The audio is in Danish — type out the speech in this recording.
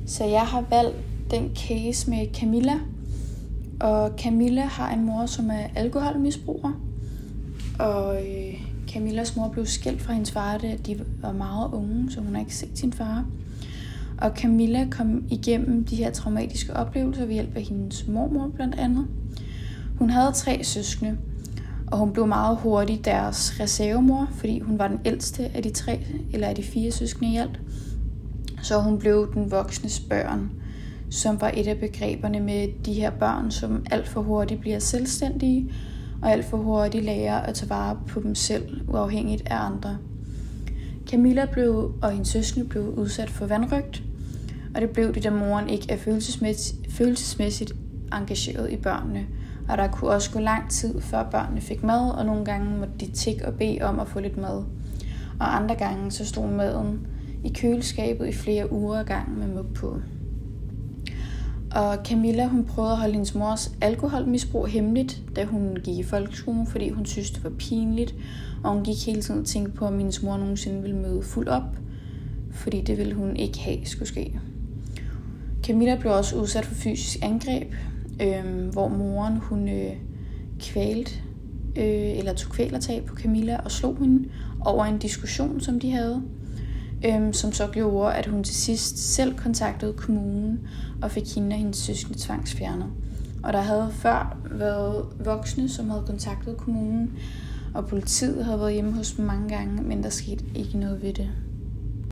Så jeg har valgt den case med Camilla. Og Camilla har en mor, som er alkoholmisbruger. Og Camillas mor blev skilt fra hendes far, da de var meget unge, så hun har ikke set sin far. Og Camilla kom igennem de her traumatiske oplevelser ved hjælp af hendes mormor blandt andet. Hun havde 3 søskende, og hun blev meget hurtigt deres reservemor, fordi hun var den ældste af de 3 eller af de 4 søskende i alt. Så hun blev den voksnes børn, som var et af begreberne med de her børn, som alt for hurtigt bliver selvstændige, og alt for hurtigt lærer at tage vare på dem selv, uafhængigt af andre. Camilla og hendes søskende blev udsat for vanrøgt, og det blev de, da moren ikke er følelsesmæssigt engageret i børnene. Og der kunne også gå lang tid, før børnene fik mad, og nogle gange måtte de tigge og bede om at få lidt mad. Og andre gange så stod maden i køleskabet i flere uger ad gangen med mug på. Og Camilla, hun prøvede at holde hendes mors alkoholmisbrug hemmeligt, da hun gik i folkeskolen, fordi hun syntes, det var pinligt. Og hun gik hele tiden og tænkte på, at hendes mor nogensinde ville møde fuld op, fordi det ville hun ikke have skulle ske. Camilla blev også udsat for fysisk angreb, hvor moren hun kvalte eller tog kvælertag på Camilla og slog hende over en diskussion, som de havde, som så gjorde, at hun til sidst selv kontaktede kommunen og fik hende og hendes søskende tvangsfjernet. Og der havde før været voksne, som havde kontaktet kommunen, og politiet havde været hjemme hos dem mange gange, men der skete ikke noget ved det.